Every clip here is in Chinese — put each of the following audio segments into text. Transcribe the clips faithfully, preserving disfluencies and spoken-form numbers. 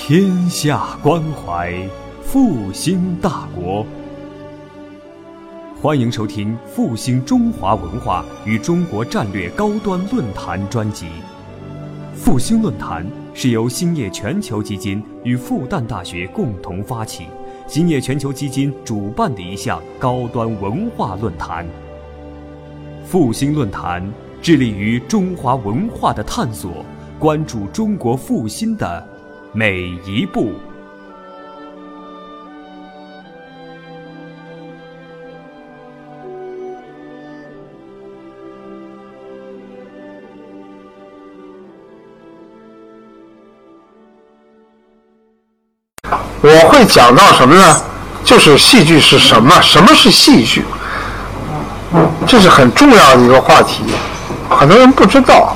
天下关怀，复兴大国。欢迎收听复兴中华文化与中国战略高端论坛专辑。复兴论坛是由兴业全球基金与复旦大学共同发起，兴业全球基金主办的一项高端文化论坛。复兴论坛致力于中华文化的探索，关注中国复兴的每一步。 我会讲到什么呢？就是戏剧是什么？什么是戏剧？这是很重要的一个话题，很多人不知道。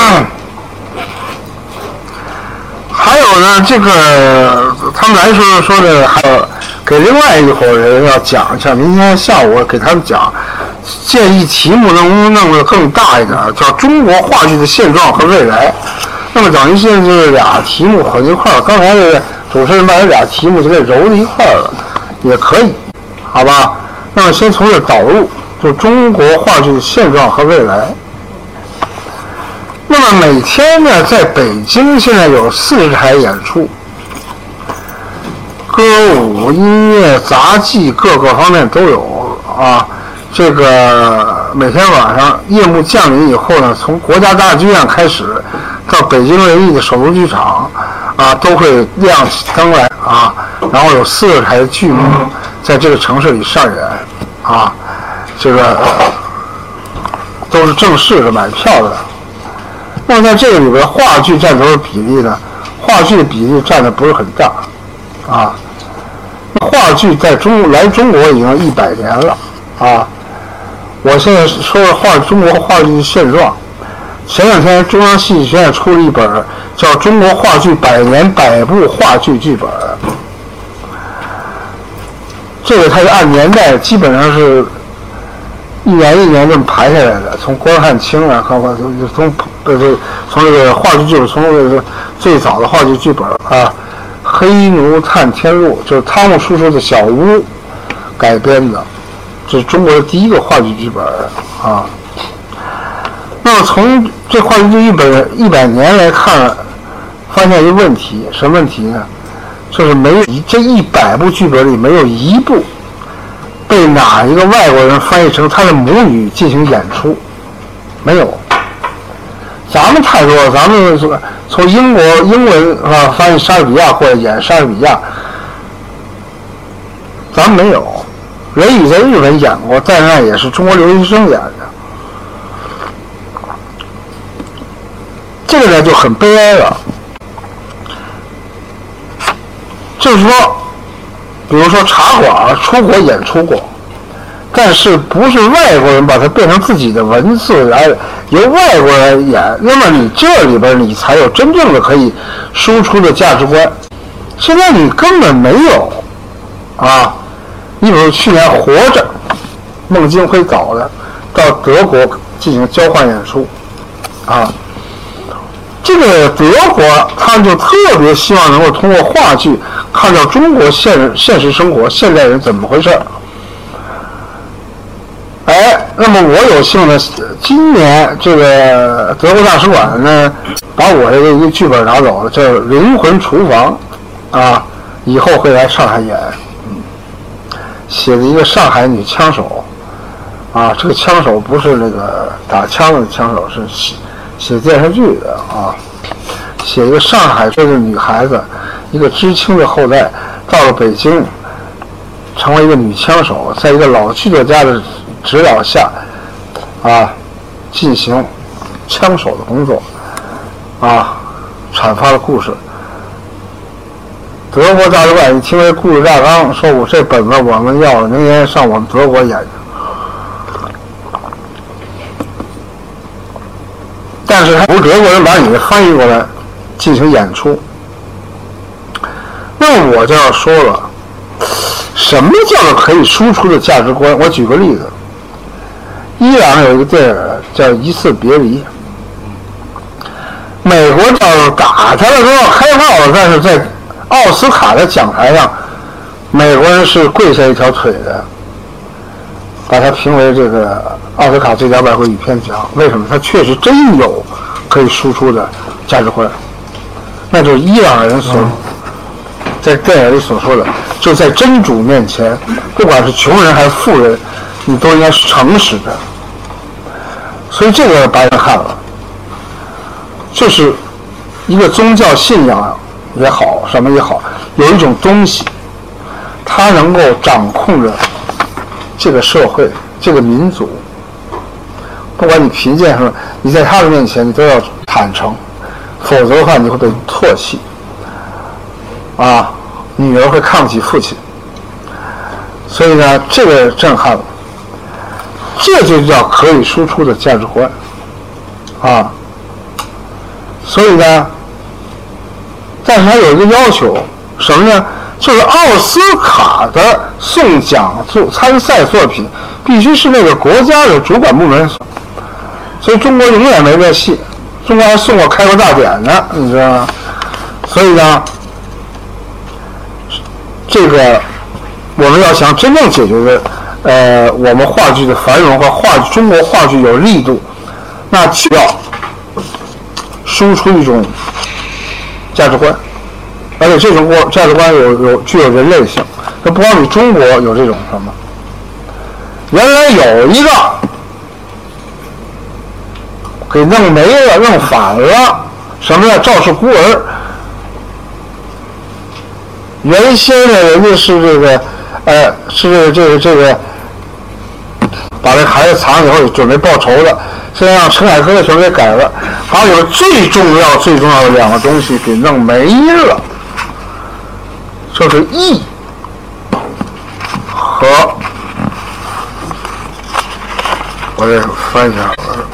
还有呢，这个他们来说说的，还有给另外一伙人要讲一下，明天下午给他们讲，建议题目能不能弄得更大一点，叫中国话剧的现状和未来。那么等于现在这俩题目混一块儿，刚才这个主持人把这俩题目就给揉在一块儿了，也可以，好吧？那么先从这导入，就中国话剧的现状和未来。那么每天呢，在北京现在有四十台演出，歌舞、音乐、杂技各个方面都有啊。这个每天晚上夜幕降临以后呢，从国家大剧院开始到北京人艺的首都剧场啊，都会亮起灯来啊。然后有四十台剧目在这个城市里上演啊，这个都是正式的买票的。那么在这个里边，话剧占多少比例呢？话剧的比例占的不是很大啊。话剧在中来中国已经一百年了啊。我现在说说话中国话剧的现状。前两天中央戏剧学院出了一本叫《中国话剧百年百部话剧剧本》，这个它是按年代基本上是一年一年这么排下来的，从关汉卿啊，看看从呃从这个话剧剧本，从这个最早的话剧剧本啊，《黑奴探天录》就是汤姆叔叔的小屋改编的，这是中国的第一个话剧剧本啊。那么从这话剧剧本一百年来看，发现一个问题，什么问题呢？就是没有这一百部剧本里没有一部被哪一个外国人翻译成他的母语进行演出，没有。咱们太多了，咱们从英国英文啊翻译莎士比亚或者演莎士比亚，咱们没有。人语在日本演过，但是那也是中国留学生演的。这个呢就很悲哀了，就是说，比如说茶馆出国演出过，但是不是外国人把它变成自己的文字来由外国人演，那么你这里边你才有真正的可以输出的价值观。现在你根本没有啊！你比如去年《活着》，孟京辉搞的，到德国进行交换演出啊。这个德国他们就特别希望能够通过话剧看到中国现现实生活现代人怎么回事。哎，那么我有幸呢，今年这个德国大使馆呢把我这个一个剧本拿走了，叫《灵魂厨房》啊，以后会来上海演。嗯，写的一个上海女枪手啊，这个枪手不是那个打枪的枪手，是写写电视剧的啊，写一个上海这个女孩子，一个知青的后代，到了北京，成为一个女枪手，在一个老剧作家的指导下，啊，进行枪手的工作，啊，阐发了故事。德国大使馆一听这故事大纲，说我这本子我们要明年上我们德国演去。但是他不是德国人把你翻译过来进行演出，那么我就要说了，什么叫做可以输出的价值观？我举个例子，伊朗有一个电影叫《一次别离》，美国到打他了都要开炮了，但是在奥斯卡的讲台上，美国人是跪下一条腿的，把它评为这个奥斯卡最佳外国语片奖。为什么？它确实真有可以输出的价值观，那就是伊朗人所在电影里所说的，就在真主面前，不管是穷人还是富人，你都应该是诚实的。所以这个把人看了，就是一个宗教信仰也好，什么也好，有一种东西，它能够掌控着这个社会、这个民族。不管你贫贱什么，你在他的面前，你都要坦诚，否则的话，你会被唾弃。啊，女儿会看不起父亲，所以呢，这个震撼了。这就叫可以输出的价值观，啊，所以呢，但是还有一个要求，什么呢？就是奥斯卡的送奖作参赛作品必须是那个国家的主管部门，所以中国永远没这戏，中国还送过开国大典呢，你知道吗？所以呢，这个我们要想真正解决的。呃，我们话剧的繁荣和话剧中国话剧有力度，那就要输出一种价值观，而且这种价值观有有具有人类性。这不光你中国有这种什么，原来有一个给弄没了、弄反了，什么呀？赵氏孤儿，原先呢，人家是这个，呃，是这个这个。把这孩子藏以后准备报仇的，现在让陈凯歌的全给改了，把有最重要最重要的两个东西给弄没了，就是义和我这翻一下，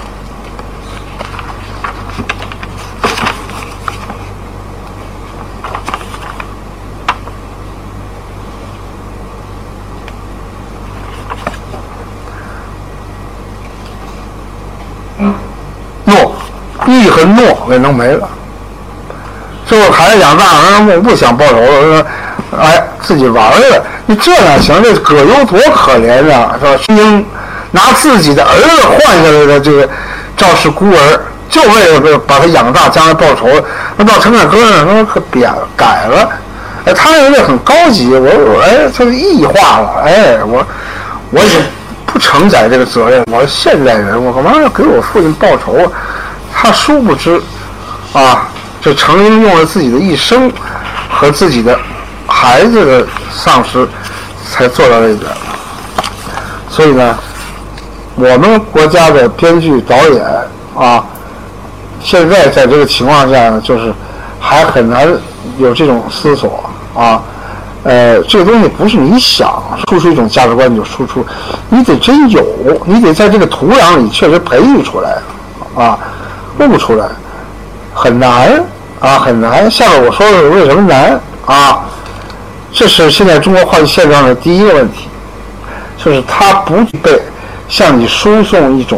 义和诺给弄没了，最后孩子养大了，我不想报仇了，说哎自己玩了，你这哪行？这葛优多可怜啊，是吧？英拿自己的儿子换下来的这个赵氏孤儿，就为了把他养大，将来报仇。那到陈凯歌呢，他可变改了，哎，他人家很高级，我我哎，他异化了，哎，我我已经不承载这个责任，我现代人，我干嘛要给我父亲报仇啊？他殊不知，啊，这程英用了自己的一生和自己的孩子的丧失，才做到这一点。所以呢，我们国家的编剧导演啊，现在在这个情况下呢，就是还很难有这种思索啊。呃，这个东西不是你想输出一种价值观你就输出，你得真有，你得在这个土壤里确实培育出来啊。弄不出来，很难啊，很难。下面我说的为什么难啊？这是现在中国话剧现状的第一个问题，就是它不具备向你输送一种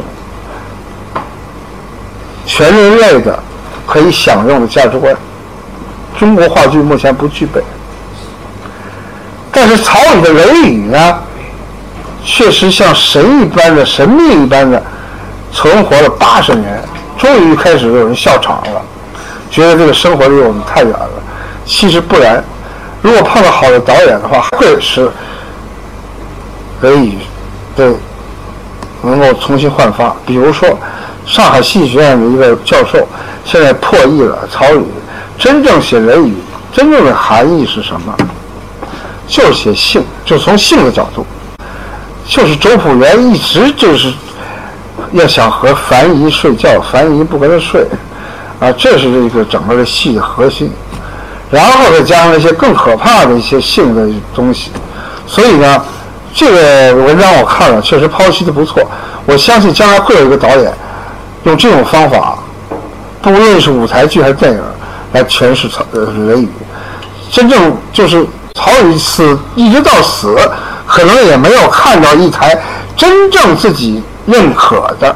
全人类的可以享用的价值观。中国话剧目前不具备，但是曹禺的人语呢，确实像神一般的、神秘一般的存活了八十年。终于开始有人笑场了，觉得这个生活离我们太远了。其实不然，如果碰到好的导演的话，会使人语对能够重新焕发。比如说，上海戏剧学院的一个教授现在破译了曹禺，真正写人语，真正的含义是什么？就是写性，就从性的角度，就是周朴园一直就是要想和樊姨睡觉，樊姨不跟他睡，啊，这是这个整个的戏的核心。然后再加上一些更可怕的一些性的东西，所以呢，这个文章我看了，确实剖析的不错。我相信将来会有一个导演用这种方法，不论是舞台剧还是电影，来诠释曹呃人语。真正就是曹禺死一直到死，可能也没有看到一台真正自己认可的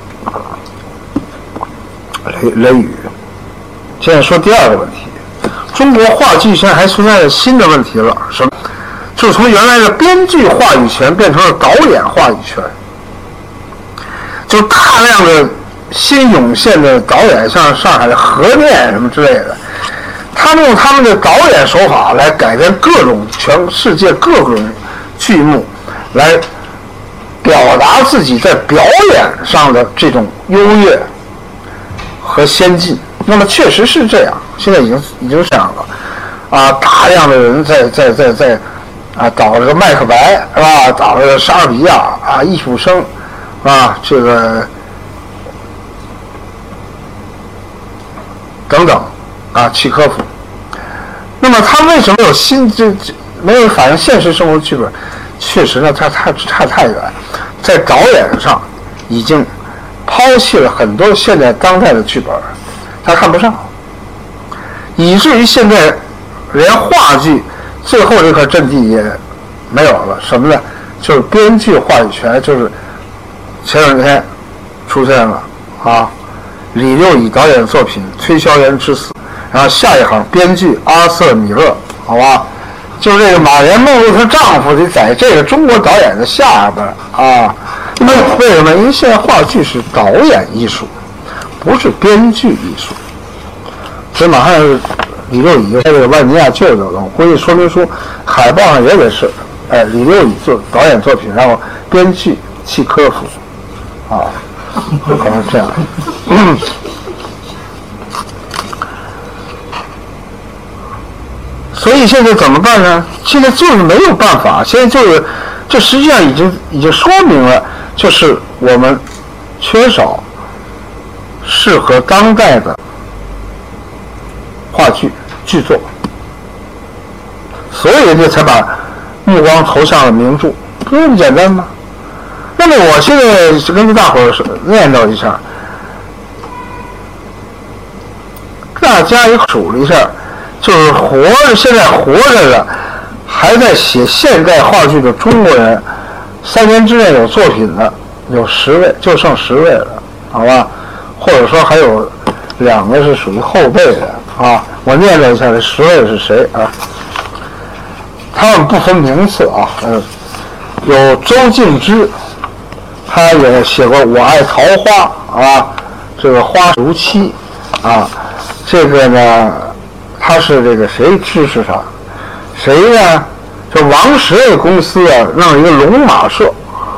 人人语。现在说第二个问题， 中国话剧现在还存在着新的问题了，什么？就是从原来的编剧话语权变成了导演话语权，就大量的新涌现的导演，像上海的何念什么之类的，他们用他们的导演手法来改编各种全世界各种剧目，来表达自己在表演上的这种优越和先进。那么确实是这样，现在已经已经这样了啊！大量的人在在在在啊导这个麦克白是吧？导这个莎士比亚啊，易卜生啊，这个等等啊，契诃夫。那么他为什么有新这这没有反映现实生活剧本？确实呢，他他差太远，在导演上已经抛弃了很多现在当代的剧本。他看不上，以至于现在连话剧最后这块阵地也没有了。什么呢？就是编剧话语权，就是前两天出现了啊，李六乙导演作品《推销员之死》，然后下一行编剧阿瑟米勒，好吧，就这个马莲梦露她丈夫得在这个中国导演的下边啊。因为为什么？因为现在话剧是导演艺术，不是编剧艺术。所以马上李六乙这个万尼亚舅舅了，我估计说明书海报上也得是，哎，李六乙做导演作品，然后编剧契诃夫，啊，有可能这样。嗯，所以现在怎么办呢？现在就是没有办法，现在就是这实际上已经已经说明了，就是我们缺少适合当代的话剧剧作，所以人家才把目光投向了名著，不是那么简单吗？那么我现在是跟大伙儿念叨一下，大家也数了一下，就是活着现在活着的还在写现代话剧的中国人，三年之内有作品的有十位，就剩十位了，好吧？或者说还有两个是属于后辈的啊。我念叨一下这十位是谁啊？他们不分名次啊，嗯，有周静之，他也写过《我爱桃花》啊，这个花如期啊，这个呢，他是这个谁支持他？谁呢？就王石这公司啊，弄一个龙马社，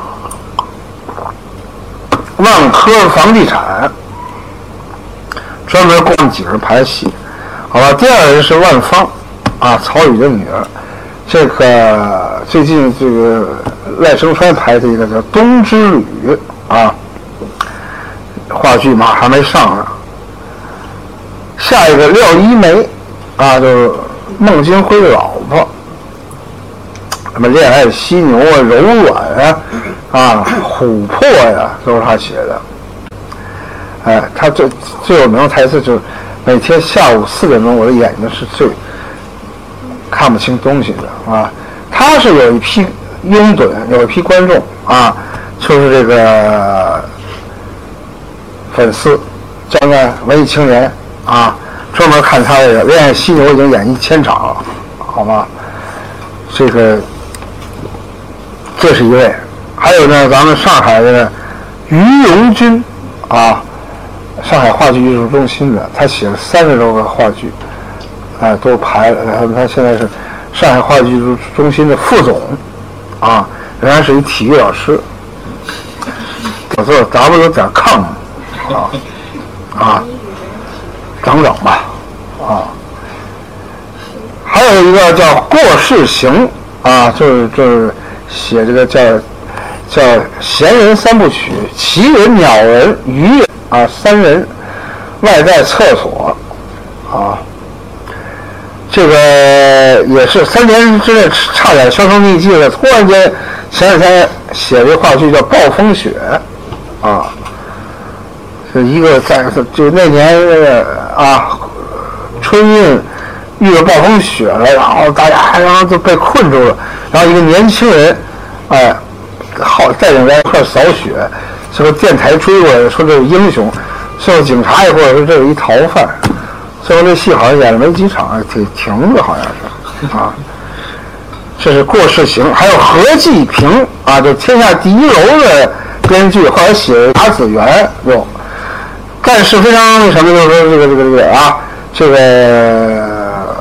万科房地产，专门供几人排戏。好了，第二人是万芳啊，曹禺的女儿。这个最近这个赖声川拍的一个叫《冬之旅》啊，话剧马上没上呢。下一个廖一梅啊，就是孟京辉的老婆。什么恋爱犀牛啊，柔软啊，啊，琥珀呀、啊，都是他写的。哎，他最最有名的台词就是每天下午四点钟，我的眼睛是最看不清东西的啊。他是有一批拥趸，有一批观众啊，就是这个粉丝，叫呢文艺青年啊，专门看他这个《恋爱犀牛》已经演一千场了，好吗？这个这是一位，还有呢，咱们上海的于荣军啊。上海话剧艺术中心的，他写了三十多个话剧，啊、呃，都排了。然后他现在是上海话剧艺术中心的副总，啊，仍然是一体育老师。我做 w 点 com 啊啊，等等吧，啊，还有一个叫过世行啊，就是就是写这个叫叫闲人三部曲，奇人、鸟人、鱼人。啊，三人外在厕所啊，这个也是三年之内差点销声匿迹了。突然间前两天写了一个话剧叫《暴风雪》啊，是一个在就那年那个啊春运遇到暴风雪了，然后大家然后就被困住了，然后一个年轻人哎好带领人一块扫雪。这个电台追过来说这是英雄，最后警察也或者说这是一逃犯， 最后这戏好像演了没几场，挺停了，好像是啊。这是过世行，还有何继平啊，就天下第一楼的编剧，后来写《甲子园》哟，但是非常那什么，就是说这个这个这个啊，这个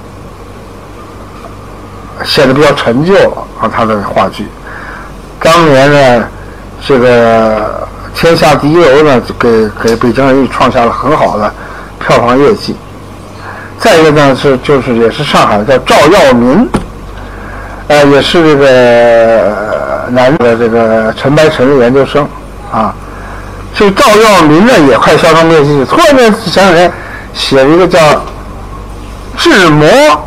显得比较陈旧了啊，他的话剧。当年呢，这个天下第一楼呢，给给北京人艺创下了很好的票房业绩。再一个呢是就是也是上海叫赵耀民。呃，也是这个南的这个陈白尘的研究生啊，这个赵耀民呢也快销声灭迹，突然间想起来写了一个叫《志摩》，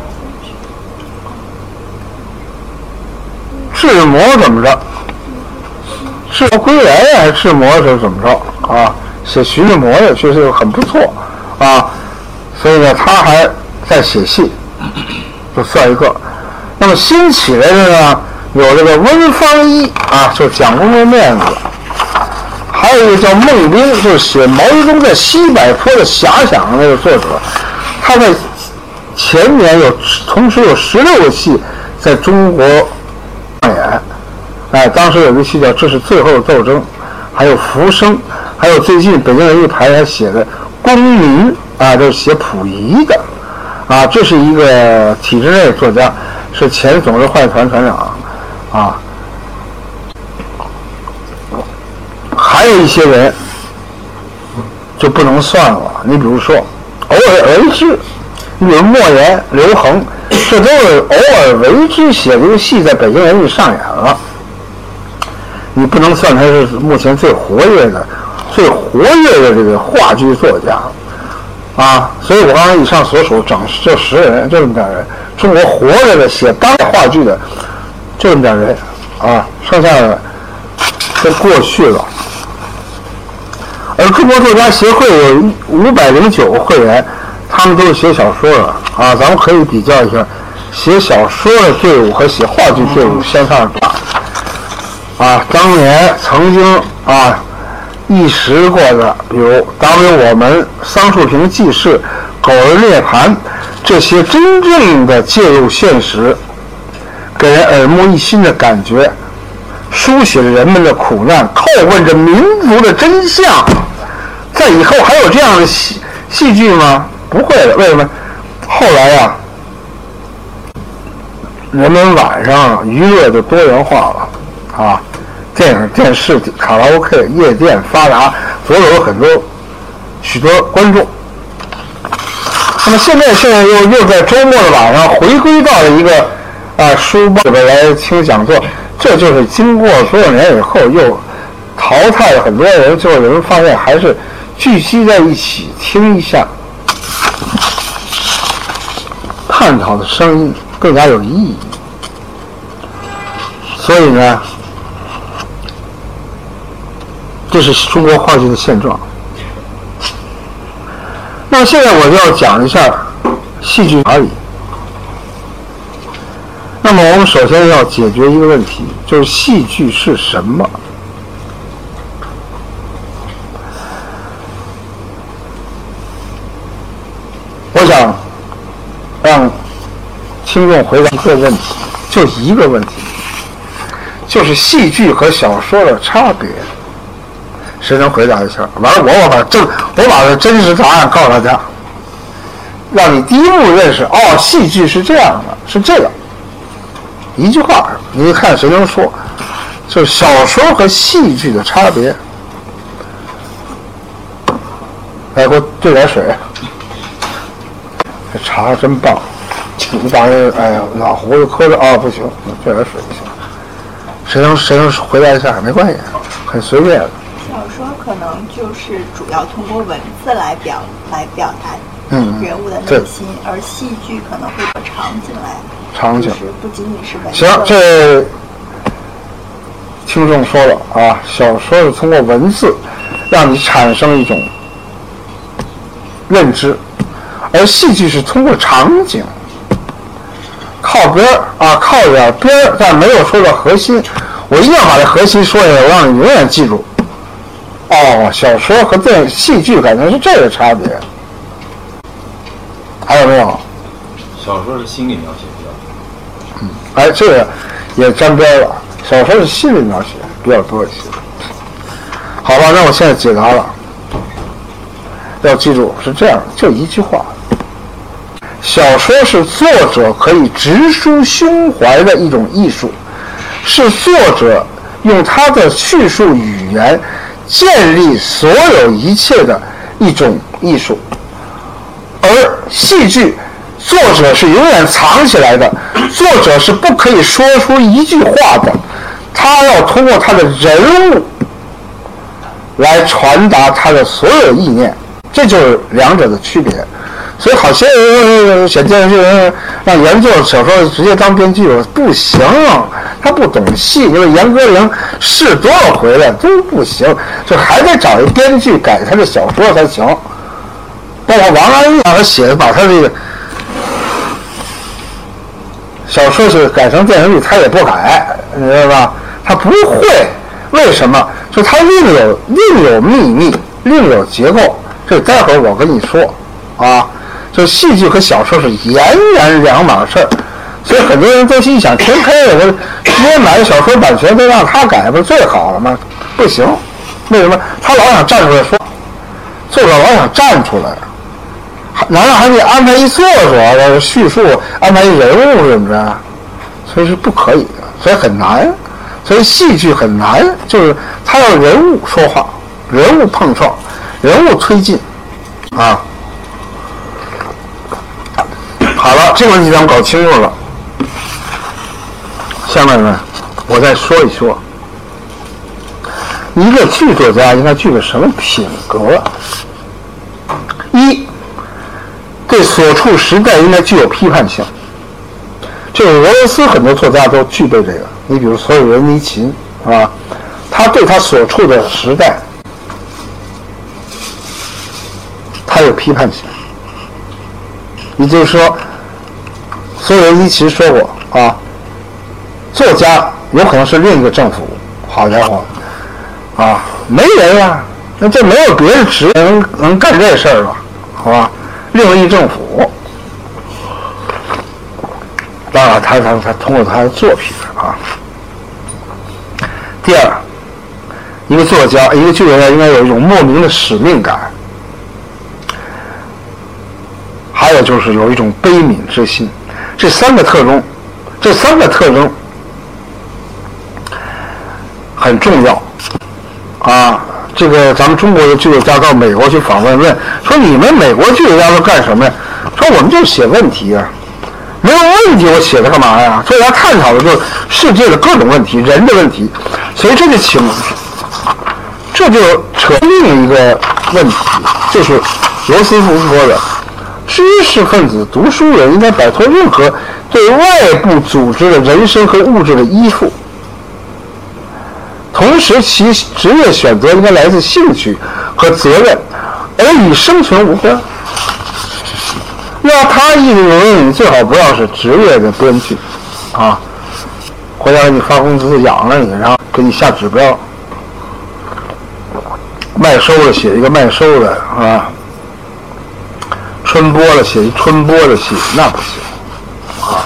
志摩怎么着？志摩归来呀，还是志摩是怎么着啊？写徐志摩的确实很不错啊，所以呢，他还在写戏，就算一个。那么新起来的呢，有这个温方一啊，就是讲公众面子；还有一个叫孟冰，就是写毛泽东在西柏坡的遐想的那个作者。他在前年有同时有十六个戏在中国上演，哎，当时有一个戏叫《这是最后的斗争》，还有《浮生》，还有最近北京人艺排还写的《公民》啊，就是写溥仪的啊，这是一个体制内作家。是前总日坏团团长啊，还有一些人就不能算了。你比如说偶尔为之，你比如莫言、刘恒，这都是偶尔为之写这个戏在北京人艺上演了。你不能算他是目前最活跃的、最活跃的这个话剧作家啊。所以我刚才以上所数整这十人，就这么点人。中国活着的写当代话剧的就这么点人啊，剩下的都过去了。而中国作家协会有五百零九个会员，他们都是写小说的啊，咱们可以比较一下，写小说的队伍和写话剧队伍相差大啊。当年曾经啊一时过的，比如当年我们桑树平记事、狗儿涅盘这些真正的介入现实，给人耳目一新的感觉，书写着人们的苦难，叩问着民族的真相。在以后还有这样的戏戏剧吗？不会的。为什么？后来呀、啊，人们晚上娱乐就多元化了啊，电影、电视、卡拉 OK、夜店发达，所以有很多许多观众。那么现在现在又又在周末的晚上回归到了一个啊书报里边来听讲座，这就是经过多少年以后又淘汰了很多人，最后人们发现还是聚集在一起听一下，探讨的声音更加有意义。所以呢，这是中国话剧的现状。那么现在我就要讲一下戏剧哪里。那么我们首先要解决一个问题，就是戏剧是什么？我想让听众回答一个问题，就一个问题，就是戏剧和小说的差别。谁能回答一下？完了，我我把真我把这真实答案告诉大家，让你第一步认识哦，戏剧是这样的，是这个。一句话，你看谁能说？就是小说和戏剧的差别。来，给我兑点水。这茶真棒！你把这哎呀脑胡子磕着啊，不行，兑点水不行。谁能谁能回答一下？没关系，很随便的。 小说可能就是主要通过文字来表来表达人物的内心，嗯、而戏剧可能会有场景来场景， 就是不仅仅是文字。 行，这听众说了啊，小说是通过文字让你产生一种认知，而戏剧是通过场景，靠边啊，靠点边，但没有说到核心。我一定要把这核心说下来，我让你永远记住。哦，小说和电戏剧感觉是这个差别。 还有没有？ 小说是心理描写比较多。 嗯，哎，这个也沾边了。小说是心理描写比较多一些。好吧，那我现在解答了。要记住是这样，就一句话。小说是作者可以直抒胸怀的一种艺术，是作者用他的叙述语言建立所有一切的一种艺术。而戏剧，作者是永远藏起来的，作者是不可以说出一句话的，他要通过他的人物来传达他的所有意念，这就是两者的区别。所以好些人写电视剧人让原作小说直接当编剧不行，他不懂戏，因为严歌苓试多少回了都不行，就还得找一编剧改他的小说才行。包括王安忆让他写的把他这个小说是改成电视剧，他也不改，你知道吧？他不会，为什么？就他另有另有秘密，另有结构，这待会儿我跟你说啊。就戏剧和小说是俨然两码事儿，所以很多人都心想，全开了，我直接买小说版权都让他改，不是最好了吗？不行，为什么？他老想站出来说，作者老想站出来，难道还得安排一作者叙述，安排一人物怎么着？所以是不可以的，所以很难。所以戏剧很难，就是他要人物说话，人物碰撞，人物推进，啊。好了，这个问题咱们搞清楚了。下面呢，我再说一说，一个剧作家应该具备什么品格？一，对所处时代应该具有批判性。这个俄罗斯很多作家都具备这个。你比如索尔维尼琴啊，他对他所处的时代，他有批判性。也就是说，索尔维尼琴说过啊，作家有可能是另一个政府。好家伙，啊，没人啊，那这没有别的职能能干这事儿了，好吧？另一政府，当然他他他通过他的作品啊。第二，一个作家，一个剧作家应该有一种莫名的使命感。还有就是有一种悲悯之心，这三个特征，这三个特征很重要啊！这个咱们中国的剧作家到美国去访问，问说你们美国剧作家都干什么呀？说我们就写问题啊，没有问题我写它干嘛呀？作家探讨的就是世界的各种问题，人的问题，所以这就请，这就扯另一个问题，就是罗斯福说的。知识分子、读书人应该摆脱任何对外部组织的人身和物质的依附，同时其职业选择应该来自兴趣和责任，而与生存无关。要他意思是你最好不要是职业的编剧啊，回家给你发工资养了你，然后给你下指标，卖收的写一个卖收的啊。春播的写一春播的戏，那不行啊。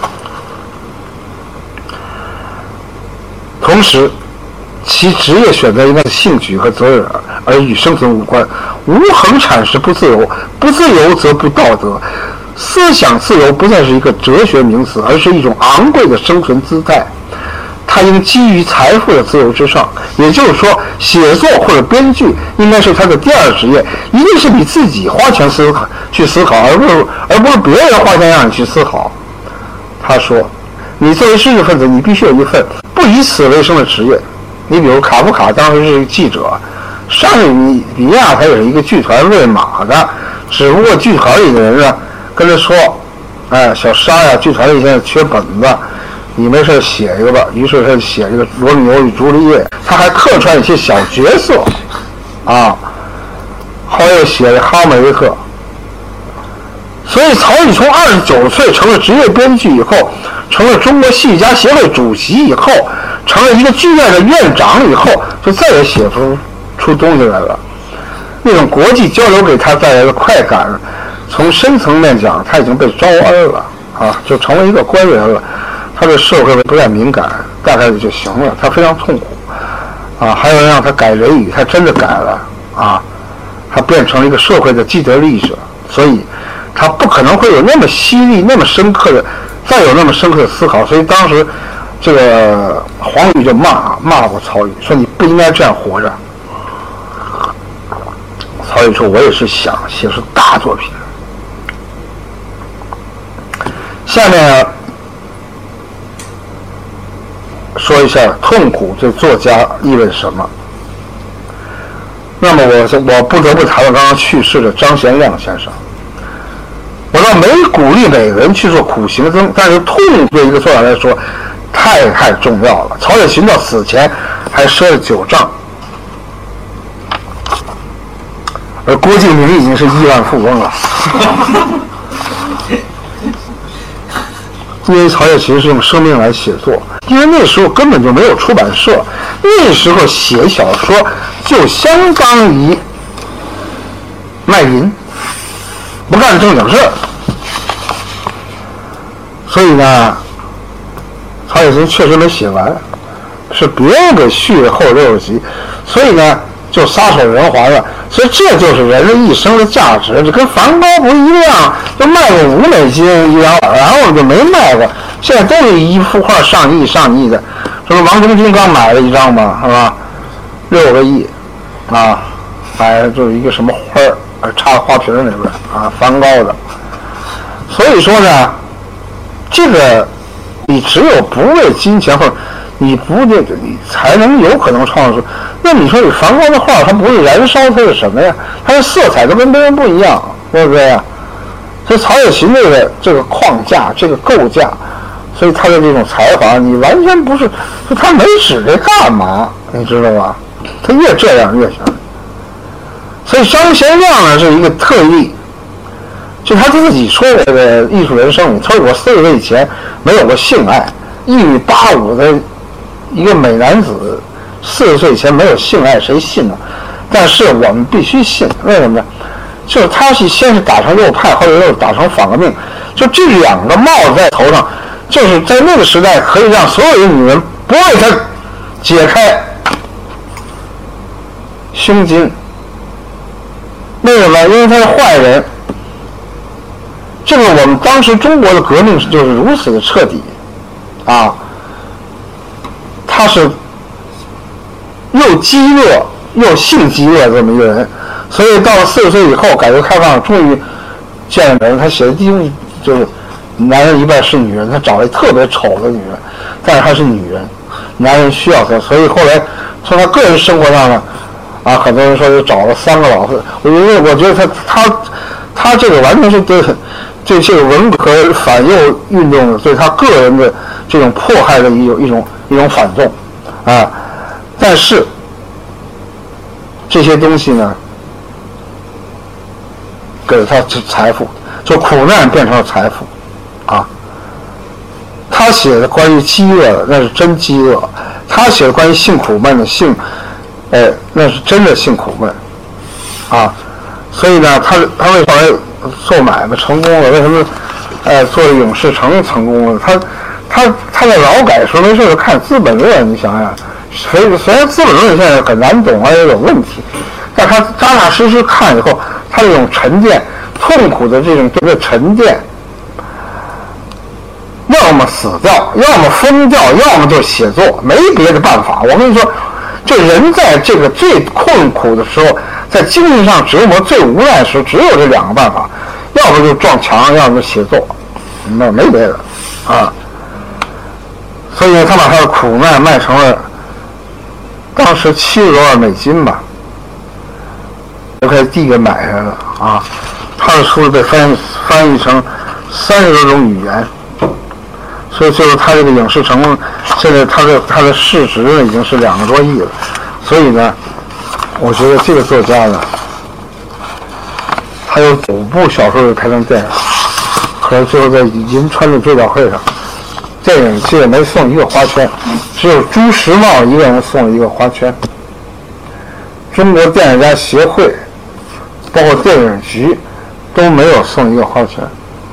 同时，其职业选择应该是兴趣和责任，而与生存无关。无恒产时不自由，不自由则不道德。思想自由不再是一个哲学名词，而是一种昂贵的生存姿态。它应基于财富的自由之上，也就是说，写作或者编剧应该是他的第二职业，一定是你自己花钱思考去思考，而不是而不是别人花钱让你去思考。他说，你作为知识分子，你必须有一份不以此为生的职业。你比如卡夫卡当时是一个记者，莎士比亚他也是一个剧团喂马的，只不过剧团里的人呢跟他说，哎，小莎呀，剧团里现在缺本子。你没事写一个吧，于是他写这个罗密欧与朱丽叶，他还客串一些小角色，啊，后来又写了哈姆雷特。所以曹禺从二十九岁成了职业编剧以后，成了中国戏剧家协会主席以后，成了一个剧院的院长以后，就再也写不出东西来了。那种国际交流给他带来的快感， 从深层面讲，他已经被招恩了啊，就成为一个官员了。他对社会不再敏感，大概就行了。他非常痛苦啊，还有让他改人语，他真的改了啊，他变成了一个社会的既得利益者，所以他不可能会有那么犀利、那么深刻的，再有那么深刻的思考。所以当时这个黄宇就骂骂过曹禺，说你不应该这样活着。曹禺说：“我也是想写出大作品。”下面说一下痛苦对作家意味着什么。那么我我不得不谈到刚刚去世的张贤亮先生。我倒没鼓励每个人去做苦行僧，但是痛对一个作家来说太太重要了。曹雪芹到死前还赊了九丈，而郭敬明已经是亿万富翁了。因为曹雪芹是用生命来写作，因为那时候根本就没有出版社，那时候写小说就相当于卖淫，不干正经事儿。所以呢，曹雪芹确实没写完，是别人给续了后六十集，所以呢就撒手人寰了。所以这就是人的一生的价值，这跟梵高不一样，就卖过五美金一张，然后就没卖过。现在都是一幅画上亿上亿的，这个王中军刚买了一张嘛，是吧？六个亿啊，买了就是一个什么花儿，插花瓶里边啊，梵高的。所以说呢，这个你只有不为金钱或者你不这个你才能有可能创造出。那你说你梵高的画，它不是燃烧，它是什么呀？它的色彩都跟别人不一样，对不对呀？所以曹雪芹这个这个框架，这个构架，所以他的这种才华，你完全不是，就他没指着干嘛，你知道吧？他越这样越想。所以张贤亮呢是一个特例，就他自己说这个艺术人生里，他说我四十岁以前没有过性爱，一米八五的一个美男子。四十岁以前没有性爱，谁信呢？但是我们必须信，为什么呢？就是他是先是打成右派，后来又打成反革命，就这两个帽子在头上，就是在那个时代可以让所有的女人不为他解开胸襟。为什么？因为他是坏人。这个我们当时中国的革命就是如此的彻底啊，他是又饥饿又性饥饿这么一个人，所以到了四十岁以后，改革开放终于见了人。他写的第一部就是男人一半是女人，他找了一特别丑的女人，但是她是女人，男人需要她，所以后来从他个人生活上呢，啊，很多人说就找了三个老婆。我觉得，我觉得他他他这个完全是对对这个文革反右运动对他个人的这种迫害的一种一种一种反动啊。但是这些东西呢，给了他财富，就苦难变成了财富啊。他写的关于饥饿的那是真饥饿，他写的关于性苦闷的性，哎，那是真的性苦闷啊。所以呢，他他为什么做买卖成功了？为什么呃做影视城成功了？他他他在劳改时候没事就看《资本论》，你想想。所以虽然《资本论》现在很难懂，而且有问题，但他扎扎实实看以后，他这种沉淀、痛苦的这种这个沉淀，要么死掉，要么疯掉，要么就写作，没别的办法。我跟你说，这人在这个最困苦的时候，在经济上折磨最无奈的时候，只有这两个办法，要不就撞墙，要么就写作，那没别的啊。所以呢，他把他的苦难卖成了。当时七十多万美金吧，就可以地给买下来了啊！他的书被翻译翻译成三十多种语言，所以就是他这个影视城，现在他的他的市值呢已经是两个多亿了。所以呢，我觉得这个作家呢，他有九部小说拍成电影，可是最后在银川的追悼会上。电影界没送一个花圈，只有朱时茂一个人送了一个花圈。中国电影家协会，包括电影局， 都没有送一个花圈。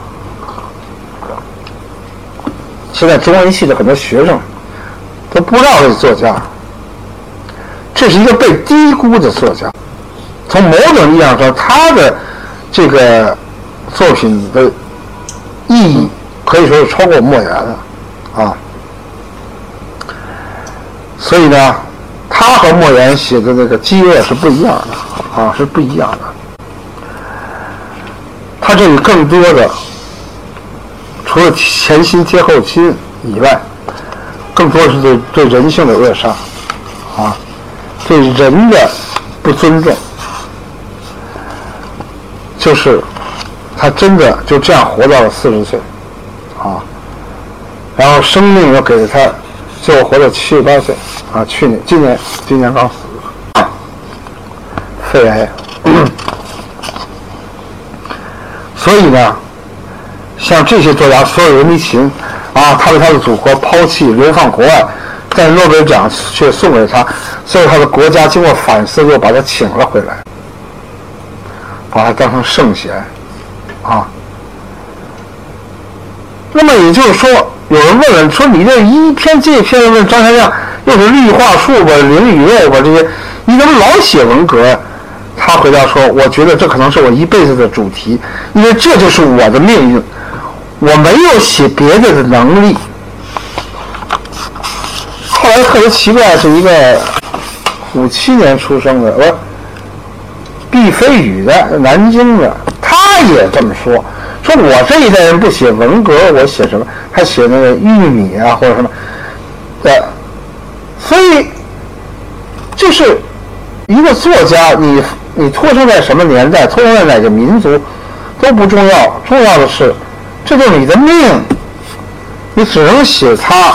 现在中文系的很多学生都不知道这是作家，这是一个被低估的作家。从某种意义上说，他的这个作品的意义可以说是超过莫言的啊。所以呢，他和莫言写的那个激烈是不一样的啊，是不一样的。他这里更多的除了前心贴后心以外，更多是对对人性的扼杀啊，对人的不尊重，就是他真的就这样活到了四十岁啊，然后生命又给了他，最后活到七十八岁啊，去年今年今年刚死，肺癌。所以呢，像这些作家，所有人离情啊，他为他的祖国抛弃流放国外，但是诺贝尔奖却送给他，最后他的国家经过反思又把他请了回来，把他当成圣贤啊。那么也就是说，有人问了，说你这一篇这一篇问张学亮又是绿化树吧、林语乐吧这些，你怎么老写文革？他回答说，我觉得这可能是我一辈子的主题，因为这就是我的命运，我没有写别的的能力。后来特别奇怪，是一个五七年出生的，呃，毕飞宇的，南京的，他也这么说，说我这一代人不写文革，我写什么？他写那个玉米啊或者什么，呃，所以就是一个作家，你你出生在什么年代，出生在哪个民族都不重要，重要的是这就是你的命，你只能写它。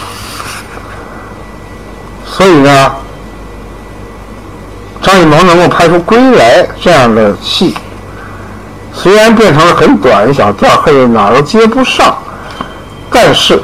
所以呢，张艺谋能够拍出《归来》这样的戏，虽然变成了很短一小段，或者哪儿都接不上，但是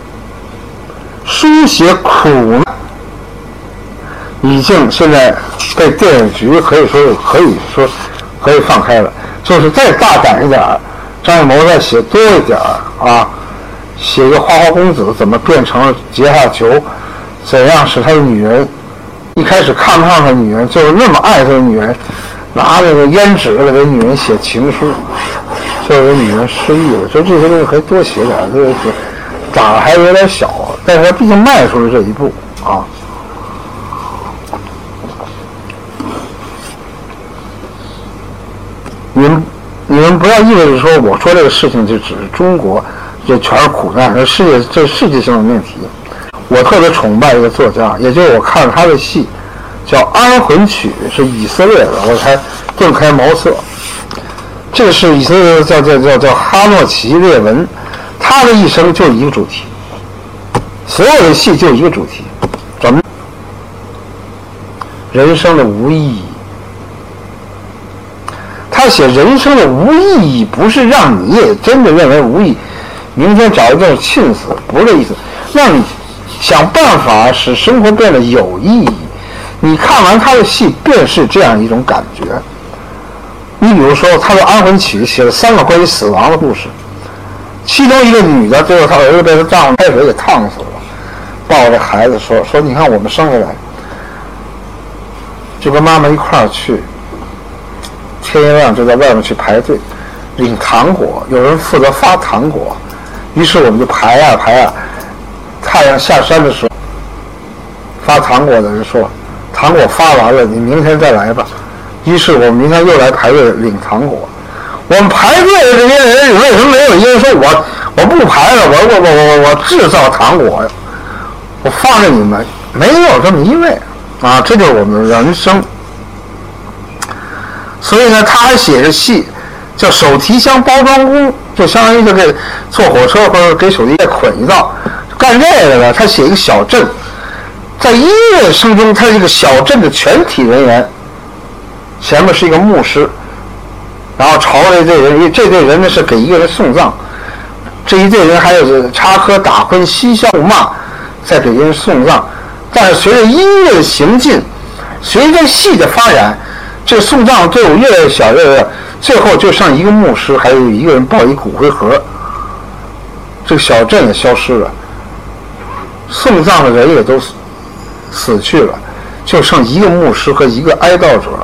书写苦难已经现在被电影局可以说可以说可以放开了，就是再大胆一点，张艺谋再写多一点啊，写一个花花公子怎么变成了阶下囚，怎样使他的女人一开始看不上他的女人，就是那么爱他的女人，拿那个胭脂给女人写情书，就给女人失忆了。所以这些东西可以多写点，这个胆还有点小，但是他毕竟迈出了这一步啊。你们你们不要意味着说我说这个事情就只是中国，这全是苦难，这世界这世界性的命题。我特别崇拜一个作家，也就是我看他的戏叫《安魂曲》，是以色列的，我才顿开茅塞。这个是以色列的叫叫叫叫哈诺奇列文，他的一生就一个主题，所有的戏就一个主题，什么？人生的无意义。他写人生的无意义，不是让你也真的认为无意义，明天找一地儿浸死，不是这意思，让你想办法使生活变得有意义。你看完他的戏便是这样一种感觉。你比如说他的《安魂曲》写了三个关于死亡的故事，其中一个女的最后她儿子被她丈夫开水给烫死了，抱着孩子说说你看我们生下来就跟妈妈一块儿去，天一亮就在外面去排队领糖果，有人负责发糖果，于是我们就排啊排啊，太阳下山的时候，发糖果的人说糖果发完了，你明天再来吧。于是我们明天又来排队领糖果。我们排队的这些人为什么没有一个人说我我不排了，我我我我我制造糖果呀，我放着你们？没有这么一位啊，这就是我们的人生。所以呢，他还写着戏叫手提箱包装工，就相当于就给坐火车或者给手提再捆一道，干这个的。他写一个小镇，在音乐声中，他是一个小镇的全体人员，前面是一个牧师，然后朝着这人，这队人呢是给一个人送葬，这一队人还有插科打诨、嬉笑怒骂，在给人送葬。但是随着音乐的行进，随着戏的发展，这送葬队伍越来越小，越来越最后就剩一个牧师，还有一个人抱一骨灰盒，这个小镇也消失了，送葬的人也都死死去了，就剩一个牧师和一个哀悼者。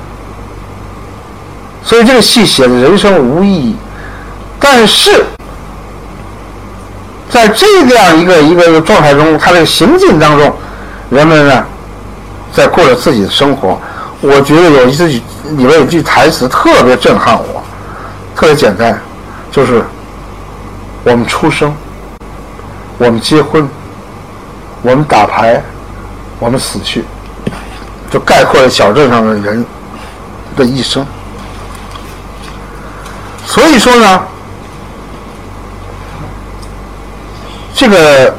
所以这个戏写的人生无意义，但是在这样一个一个状态中，他的行进当中，人们呢在过着自己的生活。我觉得有一句里面有一句台词特别震撼我，特别简单，就是我们出生，我们结婚，我们打牌，我们死去，就概括了小镇上的人的一生。所以说呢，这个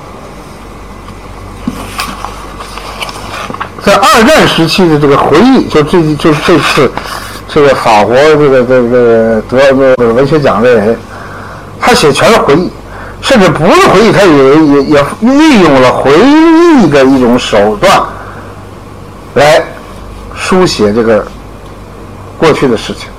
在二战时期的这个回忆，就这就这次这个法国这个这个得这个文学奖的人，他写全是回忆，甚至不是回忆，他也也也运用了回忆的一种手段来书写这个过去的事情。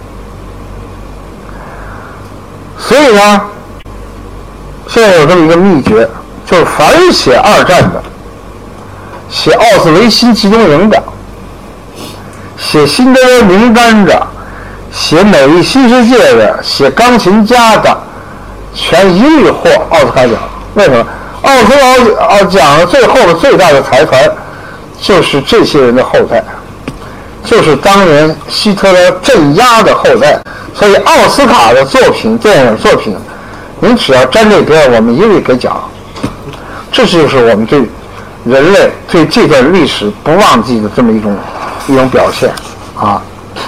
所以呢，现在有这么一个秘诀，就是凡是写二战的，写奥斯维辛集中营的，写辛德勒名单的，写美丽新世界的，写钢琴家的，全一律获奥斯卡奖。为什么？奥斯卡奖最后的最大的财团就是这些人的后代，就是当年希特勒镇压的后代。所以奥斯卡的作品，电影作品，您只要沾这边，我们一律给奖。这就是我们对人类对这段历史不忘记的这么一种一种表现啊。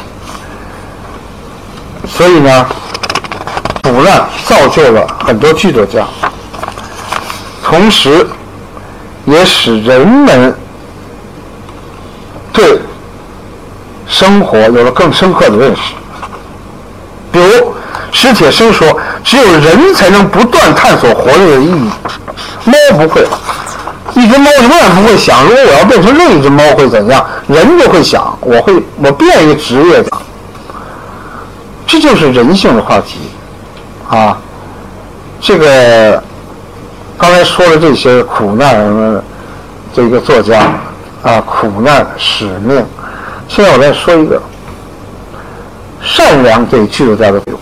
所以呢，苦难造就了很多剧作家，同时也使人们对生活有了更深刻的认识。比如史铁生说，只有人才能不断探索活着的意义，猫不会，一只猫永远不会想，如果我要变成另一只猫会怎样，人就会想，我会我变一个职业的，这就是人性的话题啊。这个刚才说了这些苦难，这个作家啊，苦难使命，现在我再说一个善良对剧作家的作用。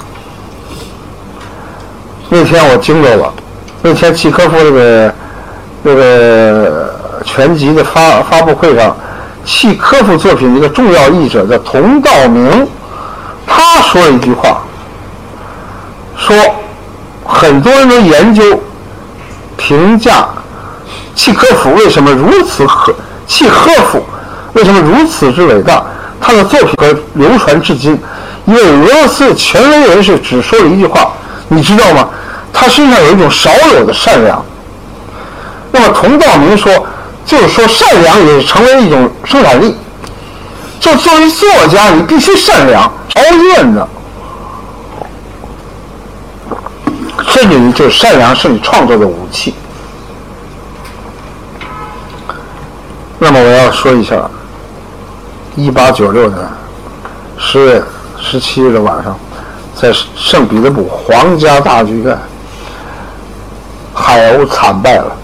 那天我惊着了，那天契诃夫这个这个全集的发发布会上，契诃夫作品的一个重要译者叫童道明，他说了一句话，说很多人都研究评价契诃夫为什么如此可契诃夫为什么如此之伟大，他的作品可流传至今。一位俄罗斯权威人士只说了一句话，你知道吗？他身上有一种少有的善良。那么童道明说，就是说善良也成为一种生产力。就作为作家，你必须善良，熬怨的，甚至于就是善良是你创作的武器。那么我要说一下，一八九六年十月十七日的晚上，在圣彼得堡皇家大剧院，海鸥惨败了。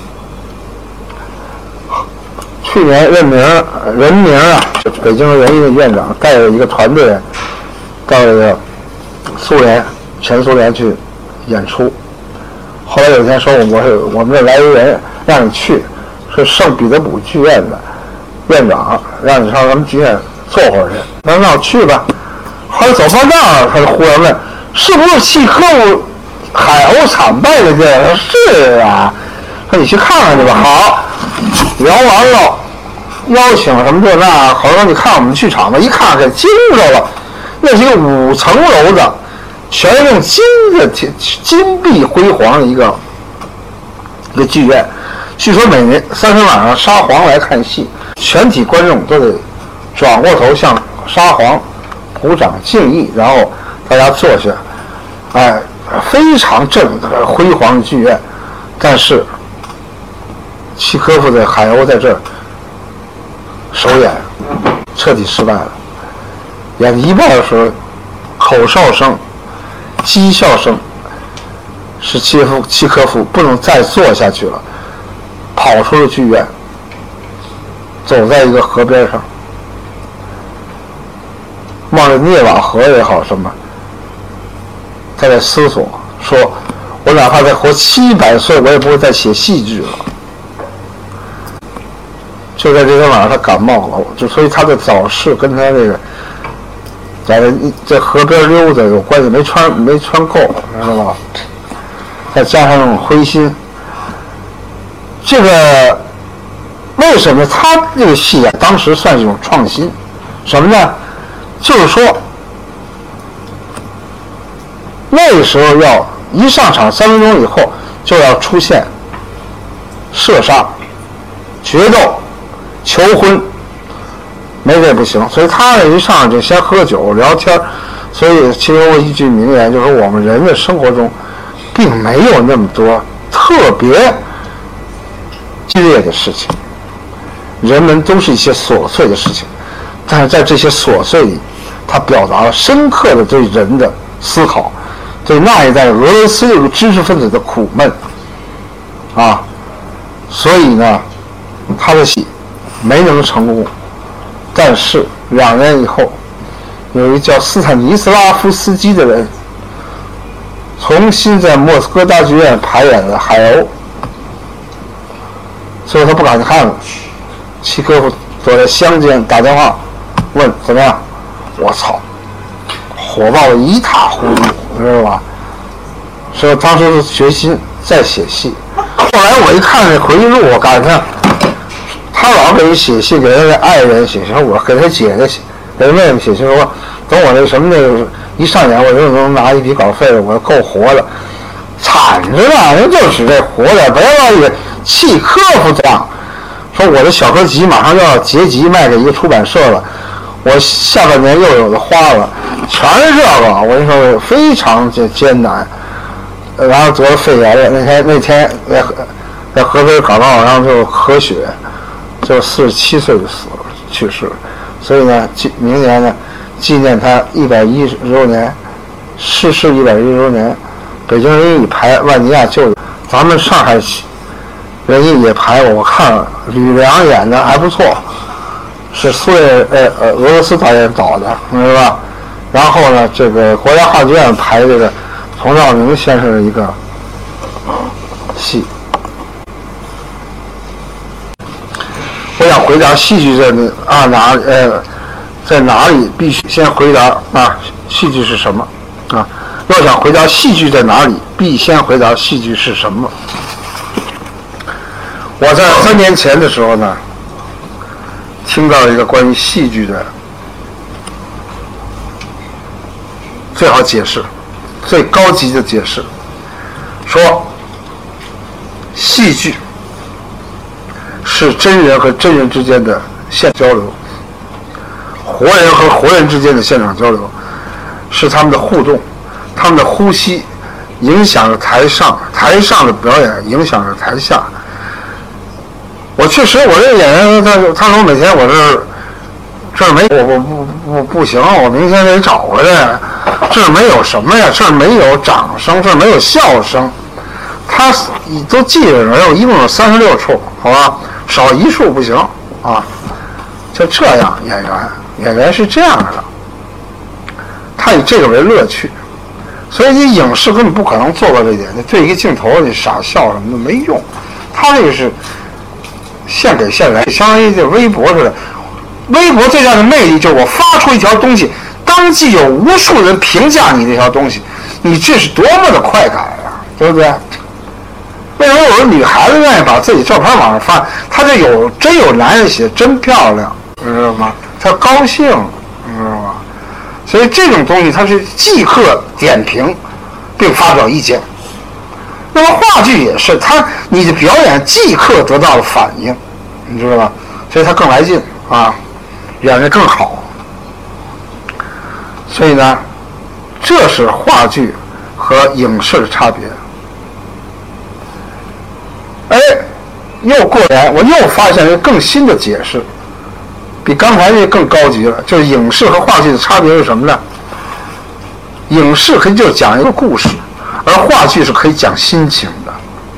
去年任明任明啊，北京人艺的院长带着一个团队到这个苏联前苏联去演出。后来有一天说，我是我们这来一人让你去，是圣彼得堡剧院的院长，让你上咱们剧院坐会儿去。那让我去吧。后来走半道，他就忽然问，是不是契诃夫海鸥惨败的电影？是啊。说你去看看去吧。好，聊完了，邀请什么这那，好说你看我们剧场吧。一看给惊着了，那是一个五层楼的，全是用金的金碧辉煌的一个一个剧院。据说每年三十晚上沙皇来看戏，全体观众都得转过头向沙皇鼓掌敬意，然后大家坐下，哎，非常正辉煌的剧院。但是契诃夫的海鸥在这儿首演彻底失败了，演一半的时候口哨声、讥笑声，使契夫契科夫不能再坐下去了，跑出了剧院，走在一个河边上，望着涅瓦河也好什么，他在思索说，我哪怕再活七百岁，我也不会再写戏剧了。就在这天晚上，他感冒了，就所以他的早逝跟他这个在在河边溜达有关系，没穿没穿够，知道吧？再加上那种灰心，这个为什么他这个戏啊，当时算是一种创新？什么呢？就是说，那个时候要一上场三分钟以后就要出现射杀、决斗、求婚，没这不行。所以他一上来就先喝酒聊天，所以其实我一句名言就是说，我们人的生活中并没有那么多特别激烈的事情，人们都是一些琐碎的事情，但是在这些琐碎里，他表达了深刻的对人的思考，对那一代俄罗斯这个知识分子的苦闷啊，所以呢，他的戏没能成功。但是两年以后，有一个叫斯坦尼斯拉夫斯基的人重新在莫斯科大剧院排演了《海鸥》，所以他不敢看了。契科夫躲在乡间打电话问怎么样，我操，火爆的一塌糊涂，知道吧？所以当时是决心再写戏。后来我一看这回忆录，我感觉他老给人写信，给他的爱人写信，我给他姐姐写，给他妹妹写信说，等我那什么那个一上演，我就能拿一笔稿费了，我够活了。惨着呢，人就指这活的，不要以为契科夫这样说，我的小说集马上要结集卖给一个出版社了，我下半年又有的花了，全是这个，我跟你说非常艰难。然后得了肺炎了，那天那天在在河北感冒，然后就咳血，就四十七岁就死了，去世了。所以呢，明年呢，纪念他一百一十周年，逝世一百一十周年，北京人艺排万尼亚舅，咱们上海人艺也排过，我看了吕梁演的还不错，是苏联呃呃俄罗斯导演导的，明白吧？然后呢，这个国家话剧院排这个冯兆明先生的一个戏。我想回答戏剧在啊哪呃在哪里，必须先回答啊戏剧是什么啊？要想回答戏剧在哪里，必先回答戏剧是什么。我在三年前的时候呢，听到一个关于戏剧的最好解释。最高级的解释，说戏剧是真人和真人之间的现交流，活人和活人之间的现场交流，是他们的互动，他们的呼吸影响着台上，台上的表演影响着台下。我确实，我这个演员他他说每天我这这儿没我我不不不行，我明天得找回来。这儿没有什么呀？这儿没有掌声，这儿没有笑声，他都记着呢。有一共有三十六处，好吧，少一处不行啊。就这样，演员演员是这样的，他以这个为乐趣，所以你影视根本不可能做到这一点。你对一个镜头你傻笑什么的没用，他这个是现给现来，相当于这微博似的。微博最大的魅力就是我发出一条东西，当即有无数人评价你这条东西，你这是多么的快感啊，对不对？为什么有的女孩子愿意把自己照片往上发？她这有真有男人写真漂亮，知道吗？她高兴，知道吗？所以这种东西它是即刻点评并发表意见。那么话剧也是，它你的表演即刻得到了反应，你知道吧？所以它更来劲啊，演得更好。所以呢，这是话剧和影视的差别。哎，又过来，我又发现一个更新的解释，比刚才那更高级了。就是影视和话剧的差别是什么呢？ 影视可以就讲一个故事，而话剧是可以讲心情的，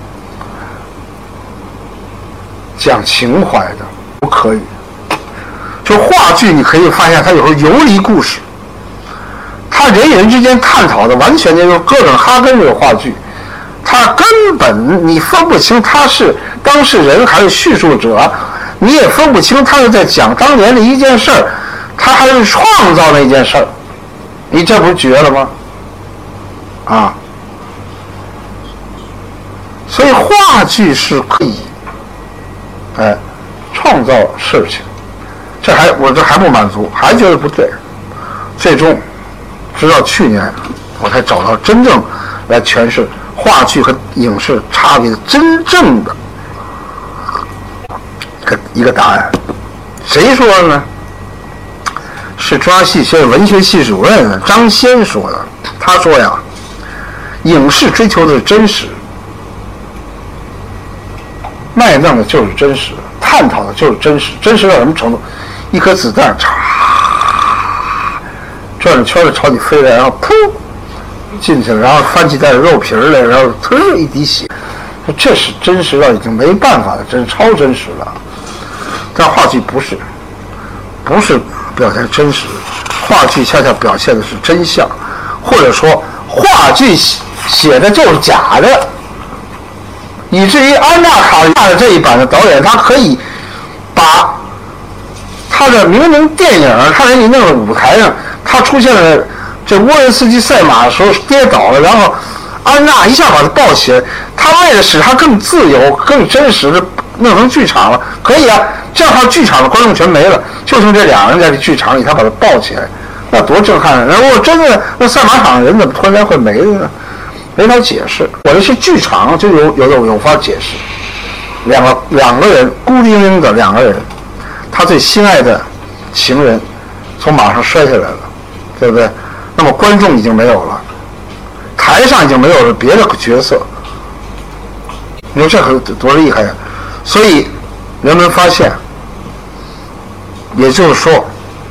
讲情怀的，不可以。就话剧你可以发现它有时候游离故事，它人与人之间探讨的完全就是哥本哈根这个话剧，它根本你分不清他是当事人还是叙述者，你也分不清他是在讲当年的一件事儿，他还是创造那件事儿，你这不是绝了吗？啊，所以话剧是可以，哎，创造事情，这还我这还不满足，还觉得不对，最终直到去年我才找到真正来诠释话剧和影视差别的真正的一个答案。谁说的呢？是中央戏剧学院文学系主任张先说的。他说呀，影视追求的是真实，卖弄的就是真实，探讨的就是真实。真实到什么程度？一颗子弹嚓转着圈的朝你飞来，然后噗进去了，然后翻起带着肉皮来，然后呲一滴血，这是真实到已经没办法了，真超真实了。但话剧不是，不是表现真实，话剧恰恰表现的是真相，或者说话剧写的就是假的，以至于安娜卡利亚的这一版的导演，他可以把他的明明电影，他给你弄到舞台上，他出现了这沃伦斯基赛马的时候跌倒了，然后安娜一下把他抱起来，他为了使他更自由、更真实的弄成剧场了，可以啊，这样的话剧场的观众全没了，就剩这两个人在这剧场里，他把他抱起来，那多震撼！然后真的那赛马场的人怎么突然间会没了呢？没法解释。我这些剧场就有有有有法解释。两个两个人孤零零的两个人，他最心爱的情人从马上摔下来了，对不对？那么观众已经没有了，台上已经没有了别的角色，你说这可多厉害呀！所以人们发现，也就是说，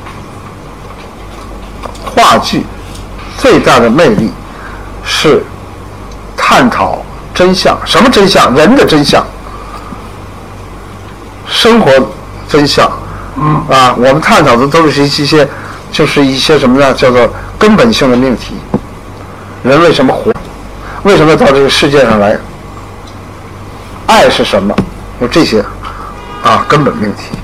话剧最大的魅力是探讨真相。什么真相？人的真相，生活真相。嗯啊，我们探讨的都是一些，就是一些什么呢？叫做根本性的命题。人为什么活？为什么到这个世界上来？爱是什么？有这些啊根本命题。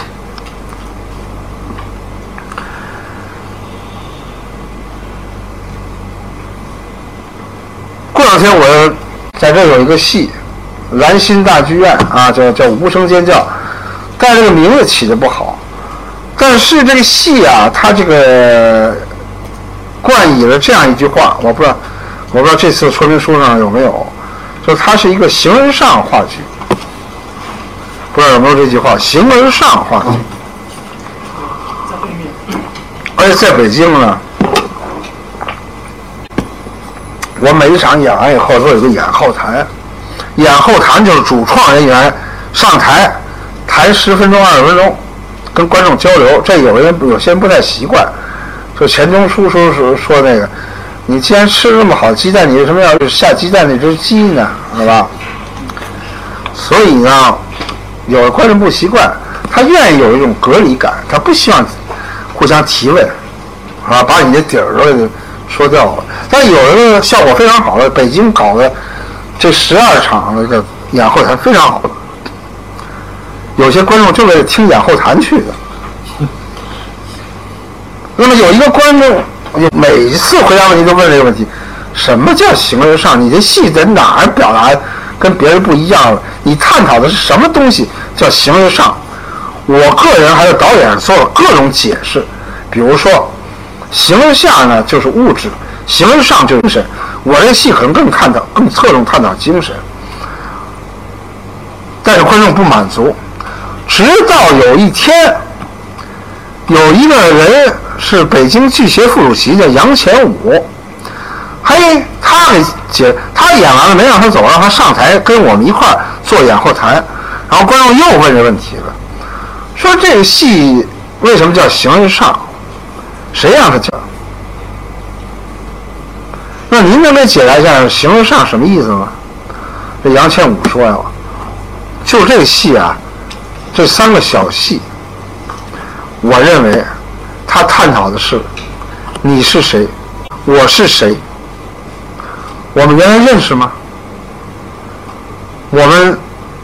过两天我在这有一个戏，兰心大剧院啊，叫叫无声尖叫，但这个名字起的不好。但是这个戏啊，它这个冠以了这样一句话，我不知道，我不知道这次说明书上有没有，就它是一个形而上话剧。不知道有没有这句话，形而上话剧。而且在北京呢，我每一场演完以后都有个演后谈，演后谈就是主创人员上台谈十分钟二十分钟，跟观众交流。这有人有些人不太习惯，就钱钟书说说说那个，你既然吃那么好鸡蛋，你为什么要下鸡蛋那只鸡呢？是吧？所以呢，有的观众不习惯，他愿意有一种隔离感，他不希望互相提问，啊，把你的底儿都给说掉了。但有一个效果非常好的，北京搞的这十二场那个演后谈非常好，有些观众就为了听演后谈去的。那么有一个观众，每次回答问题都问这个问题：什么叫形而上？你这戏在哪儿表达跟别人不一样了？你探讨的是什么东西叫形而上？我个人还有导演做了各种解释，比如说形而下呢就是物质，形而上就是精神。我这戏可能更探讨更侧重探讨精神，但是观众不满足，直到有一天有一个人是北京剧协副主席叫杨前武，嘿，他给解，他演完了没让他走，让他上台跟我们一块儿做演后谈。然后观众又问这问题了，说这个戏为什么叫形而上？谁让他讲？ 那您能不能解答一下形而上什么意思吗？这杨千武说呀，就这个戏啊，这三个小戏，我认为他探讨的是你是谁，我是谁，我们原来认识吗？我们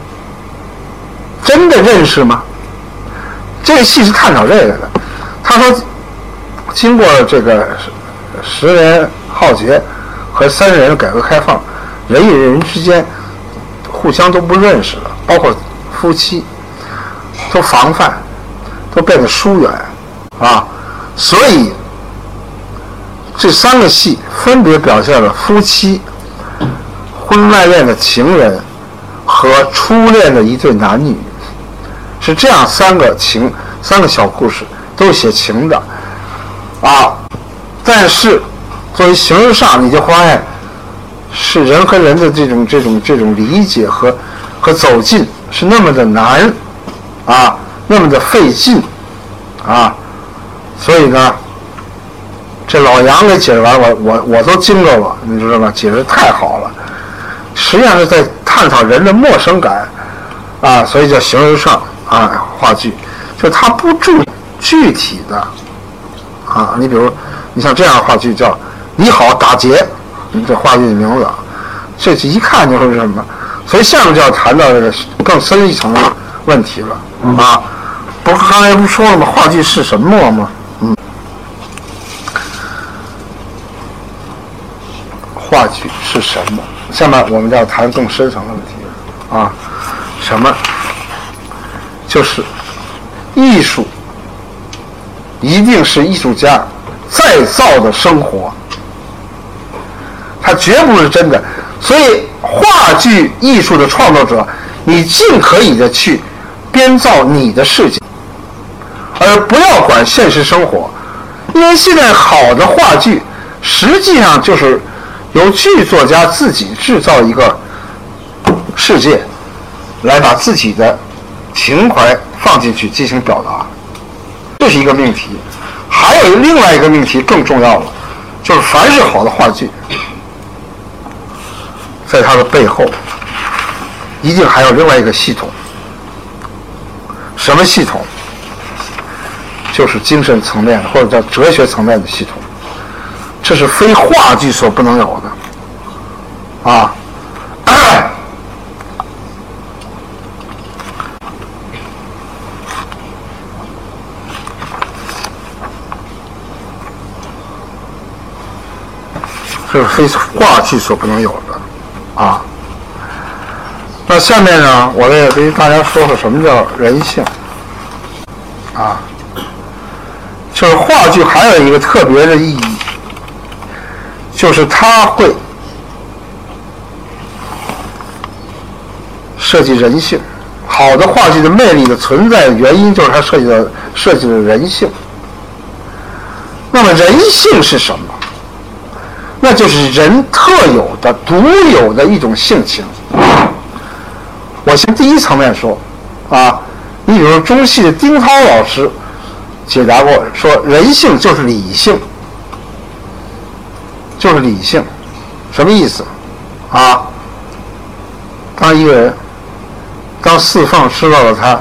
真的认识吗？这个戏是探讨这个的。他说经过这个十年浩劫和三十年的改革开放，人与人之间互相都不认识了，包括夫妻都防范，都变得疏远啊。所以这三个戏分别表现了夫妻、婚外恋的情人和初恋的一对男女，是这样三个情三个小故事，都是写情的啊。但是作为形而上，你就发现是人和人的这种这种这种理解和和走近是那么的难啊，那么的费劲啊。所以呢，这老杨给解释完，我我我都惊着了，你知道吗？解释太好了，实际上是在探讨人的陌生感啊，所以叫形而上啊话剧，就它不注具体的啊。你比如你像这样的话剧叫你好打劫，这话剧的名字，这一看就是什么。所以下面就要谈到这个更深一层的问题了啊。不是刚才不说了吗？话剧是什么吗？嗯，话剧是什么？下面我们就要谈更深层的问题啊。什么？就是艺术一定是艺术家再造的生活，它绝不是真的。所以话剧艺术的创作者，你尽可以的去编造你的世界，而不要管现实生活。因为现在好的话剧实际上就是由剧作家自己制造一个世界，来把自己的情怀放进去进行表达，这是一个命题。还有另外一个命题更重要了，就是凡是好的话剧，在它的背后一定还有另外一个系统。什么系统？就是精神层面或者叫哲学层面的系统，这是非话剧所不能有的啊。这是非话剧所不能有的啊。那下面呢，我也跟大家说说什么叫人性啊。就是话剧还有一个特别的意义，就是它会设计人性。好的话剧的魅力的存在的原因，就是它设计的设计了人性。那么人性是什么？那就是人特有的、独有的一种性情。我先第一层面说啊，你比如说中戏的丁涛老师解答过，说人性就是理性，就是理性，什么意思啊？当一个人，当四凤知道了他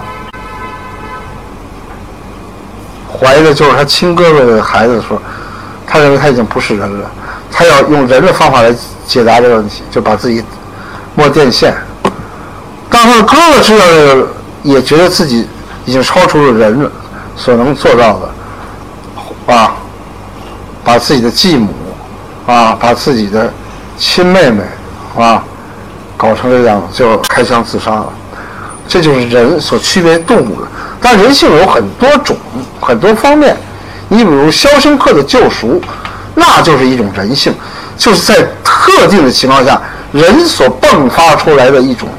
怀的就是他亲哥哥的孩子的时候，他认为他已经不是人了，他要用人的方法来解答这个问题，就把自己摸电线。当他的哥哥知道这个，也觉得自己已经超出了人了所能做到的啊，把自己的继母啊，把自己的亲妹妹啊搞成这样，就开枪自杀了。这就是人所区别动物的。但人性有很多种很多方面，你比如《肖申克的救赎》，那就是一种人性，就是在特定的情况下人所迸发出来的一种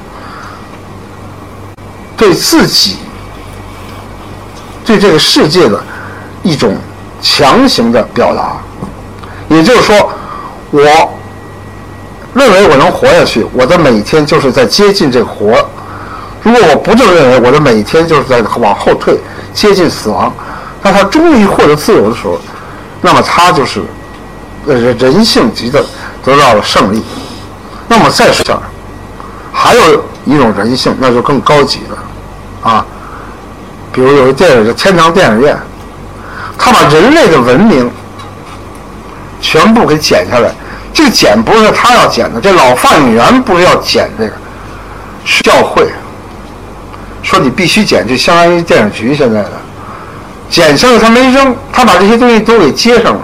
对自己对这个世界的一种强行的表达。也就是说，我认为我能活下去，我的每天就是在接近这个活；如果我不这么认为，我的每天就是在往后退，接近死亡。当他终于获得自由的时候，那么他就是呃人性级的的得到了胜利。那么再说下，还有一种人性，那就更高级了啊。比如有个电影叫《天堂电影院》，他把人类的文明全部给剪下来。这个剪不是他要剪的，这老放映员不是要剪这个，是教会说你必须剪，就相当于电影局现在的剪下来，他没扔，他把这些东西都给接上了。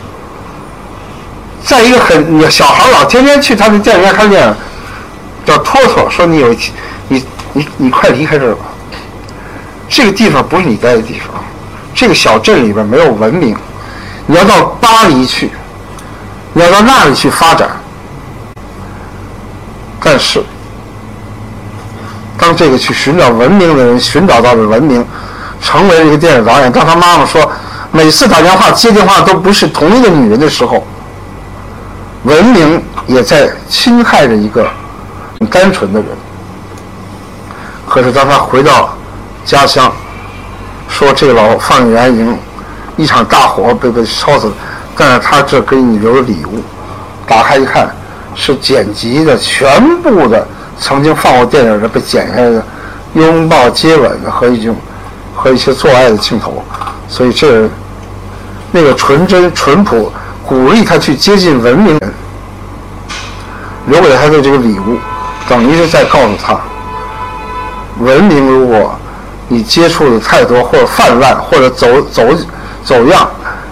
在一个很小孩老天天去他的电影院看电影，叫托托，说你有你你你快离开这儿吧，这个地方不是你待的地方，这个小镇里边没有文明，你要到巴黎去，你要到那里去发展。但是当这个去寻找文明的人寻找到了文明，成为了一个电影导演，当他妈妈说每次打电话接电话都不是同一个女人的时候，文明也在侵害着一个很单纯的人。可是当他回到家乡，说这个老放映员已经一场大火被被烧死了，但是他这给你留了礼物，打开一看是剪辑的全部的曾经放过电影的被剪下来的拥抱接吻的和一种和一些做爱的镜头。所以这那个纯真淳朴鼓励他去接近文明人留给他的这个礼物，等于是在告诉他，文明如果你接触的太多或者泛滥或者走走走样，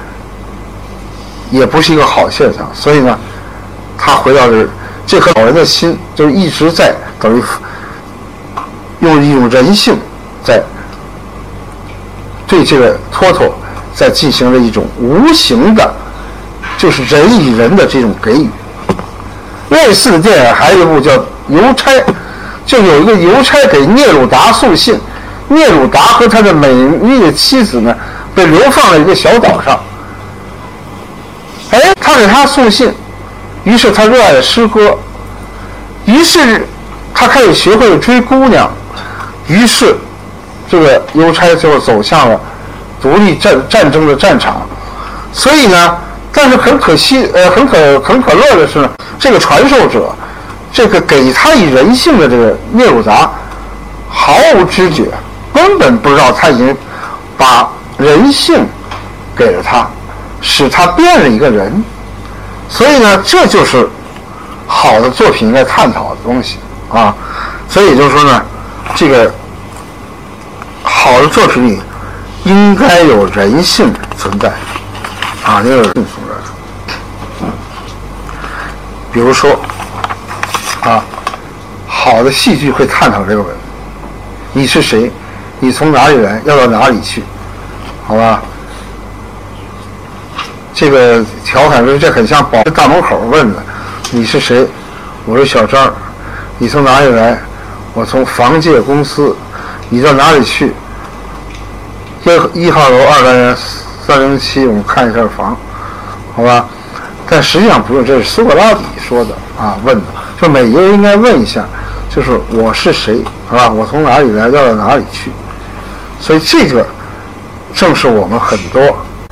也不是一个好现象。所以呢，他回到这这颗老人的心就一直在等于用一种人性在对这个托托在进行了一种无形的，就是人与人的这种给予。类似的电影还有一部叫《邮差》，就有一个邮差给聂鲁达送信，聂鲁达和他的美丽的妻子呢被流放在一个小岛上。哎，他给他送信，于是他热爱了诗歌，于是他开始学会了追姑娘，于是这个邮差就走向了独立战战争的战场。所以呢，但是很可惜，呃，很可很可乐的是呢，这个传授者，这个给他以人性的这个聂鲁达毫无知觉，根本不知道他已经把人性给了他，使他变了一个人。所以呢，这就是好的作品应该探讨的东西啊。所以就是说呢，这个好的作品里应该有人性存在啊，应该有人性存在。比如说啊，好的戏剧会探讨这个问题：你是谁？你从哪里来？要到哪里去？好吧？这个调侃说，这很像保大门口问的：你是谁？我是小张。你从哪里来？我从房界公司。你到哪里去？一一号楼二单元三零七，我们看一下房，好吧？但实际上不用，这是苏格拉底说的啊，问的，就每一个人应该问一下，就是我是谁，是吧？我从哪里来，要到哪里去？所以这个正是我们很多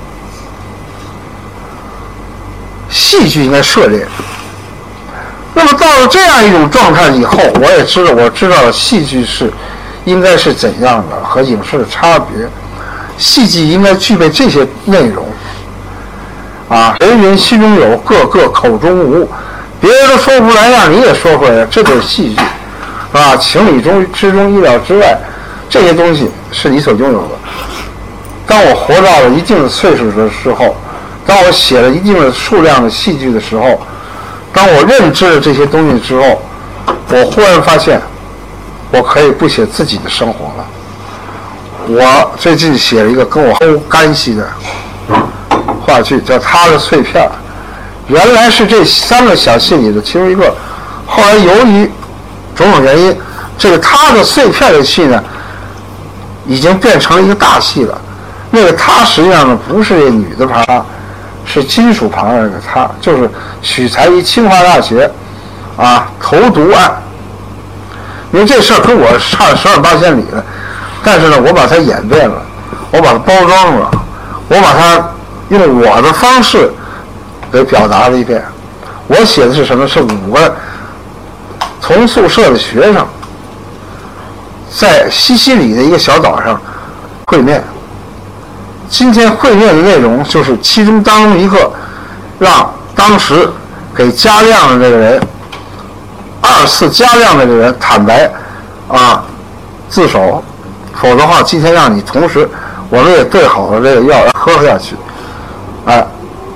戏剧应该涉猎。那么到了这样一种状态以后，我也知道，我知道戏剧是应该是怎样的和影视的差别。戏剧应该具备这些内容啊，人人心中有，个个口中无，别人都说不来让你也说出来，这就是戏剧啊。情理中之中，意料之外，这些东西是你所拥有的。当我活到了一定的岁数的时候，当我写了一定的数量的戏剧的时候，当我认知了这些东西之后，我忽然发现我可以不写自己的生活了。我最近写了一个跟我毫无干系的话剧，叫《他的碎片》，原来是这三个小戏里的其中一个，后来由于种种原因，这个他的碎片的戏呢已经变成了一个大戏了。那个他实际上呢不是女的旁，是金属旁的那个他，就是取材于清华大学啊投毒案。因为这事儿跟我差十万八千里了，但是呢我把它演变了，我把它包装了，我把它用我的方式给表达了一遍。 我写的是什么？是五个同宿舍的学生在西西里的一个小岛上会面。今天会面的内容就是其中当中一个，让当时给加亮的这个人，二次加亮的这个人坦白啊自首，否则的话今天让你同时我们也对好了这个药喝下去，哎，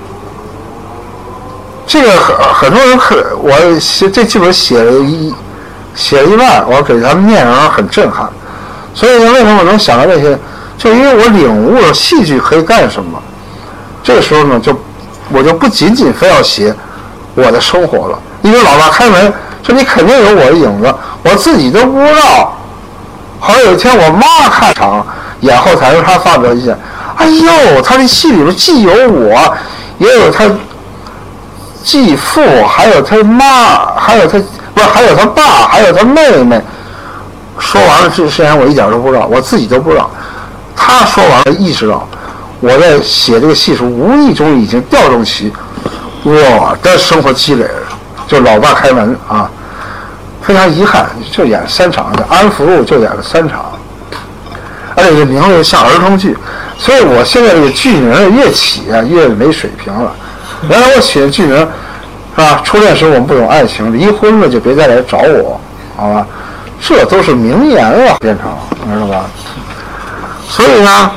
这个很很多人我写这剧本写了一写了一半，我给他们念上很震撼，所以为什么我能想到这些？就因为我领悟了戏剧可以干什么，这个时候呢，就我就不仅仅非要写我的生活了。因为老爸开门，说你肯定有我的影子，我自己都不知道。后来有一天我妈看场演后台时，她发表意见，哎呦，他这戏里边既有我，也有他继父，还有他妈，还有他不是还有他爸，还有他妹妹。说完了这之前我一点都不知道，我自己都不知道。他说完了，意识到我在写这个戏时，无意中已经调动起我的生活积累了。就老爸开门啊，非常遗憾，就演了三场，这安福路就演了三场，而且这名字像儿童剧，所以我现在这个剧名越起啊越没水平了。原来我写的剧名是吧？初恋时我们不懂爱情，离婚了就别再来找我，好吧？这都是名言了，变成知道吧？所以呢，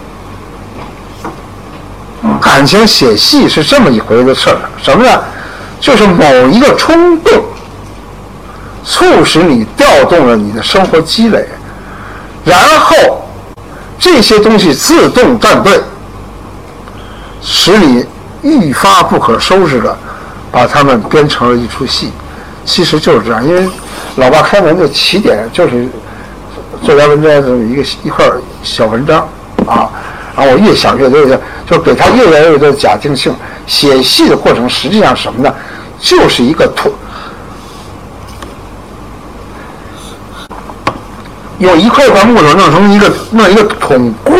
感情写戏是这么一回的事儿，什么呢？就是某一个冲动，促使你调动了你的生活积累，然后这些东西自动站队，使你愈发不可收拾的把它们编成了一出戏。其实就是这样，因为老爸开门的起点就是这篇文章的一个一块小文章啊，然后我越想越多，就给他越来越多的假定性。写戏的过程实际上什么呢？就是一个桶，用一块块木头弄成一个弄一个桶箍，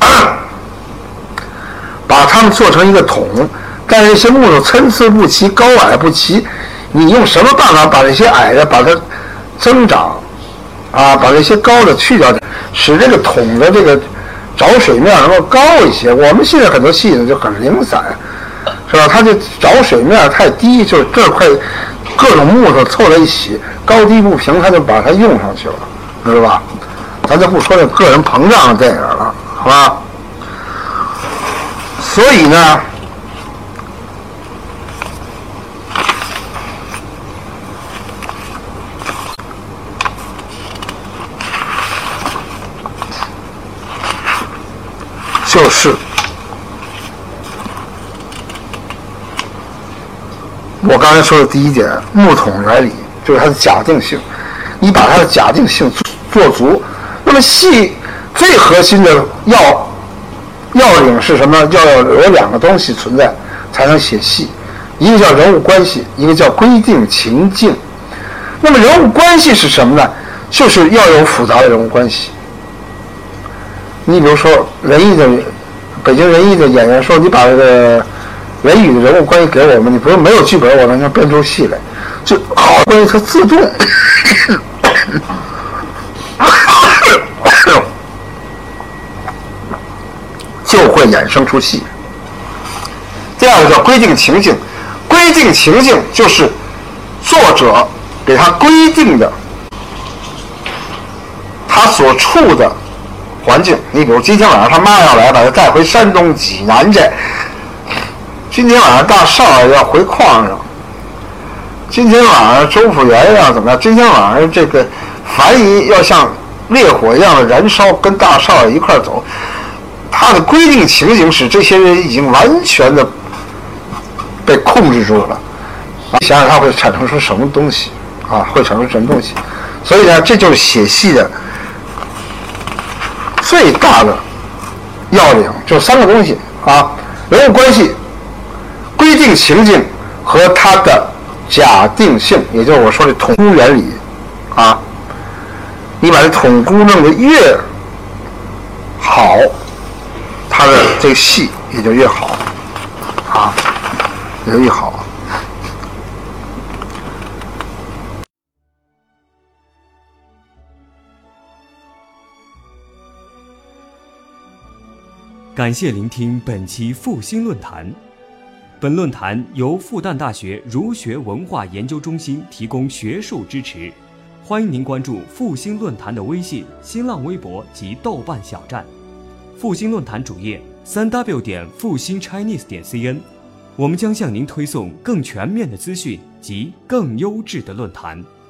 把它们做成一个桶，但是这些木头参差不齐，高矮不齐，你用什么办法把这些矮的把它增长啊，把这些高的去掉，使这个桶的这个着水面能够高一些。我们现在很多戏呢就很零散，是吧？它就着水面太低，就这块各种木头凑在一起，高低不平，它就把它用上去了，知道吧？咱就不说这个人膨胀的电影了，好吧？所以呢，就是我刚才说的第一点，木桶原理就是它的假定性，你把它的假定性做足，那么戏最核心的要要领是什么？要有两个东西存在才能写戏，一个叫人物关系，一个叫规定情境。那么人物关系是什么呢？就是要有复杂的人物关系。你比如说仁义的北京仁义的演员说，你把这个人与的人物关系给我们，你不是没有剧本我能编出戏来，就好关系它自动就会衍生出戏。第二个叫规定情境，规定情境就是作者给他规定的他所处的环境。你比如今天晚上他妈要来把他带回山东济南去，今天晚上大少爷要回矿上，今天晚上周辅元要怎么样，今天晚上这个樊姨要像烈火一样的燃烧，跟大少爷一块走。他的规定情景使这些人已经完全的被控制住了，你想想他会产生出什么东西啊？会产生什么东西？所以呢，这就是写戏的最大的要领，就三个东西啊：人物关系、规定情境和它的假定性，也就是我说的统箍原理啊。你把这统箍弄得越好，它的这个戏也就越好啊，也就越好。 感谢聆听本期复兴论坛。本论坛由复旦大学儒学文化研究中心提供学术支持，欢迎您关注复兴论坛的微信、新浪微博及豆瓣小站。复兴论坛主页三 w 点复兴 Chinese 点 cn， 我们将向您推送更全面的资讯及更优质的论坛。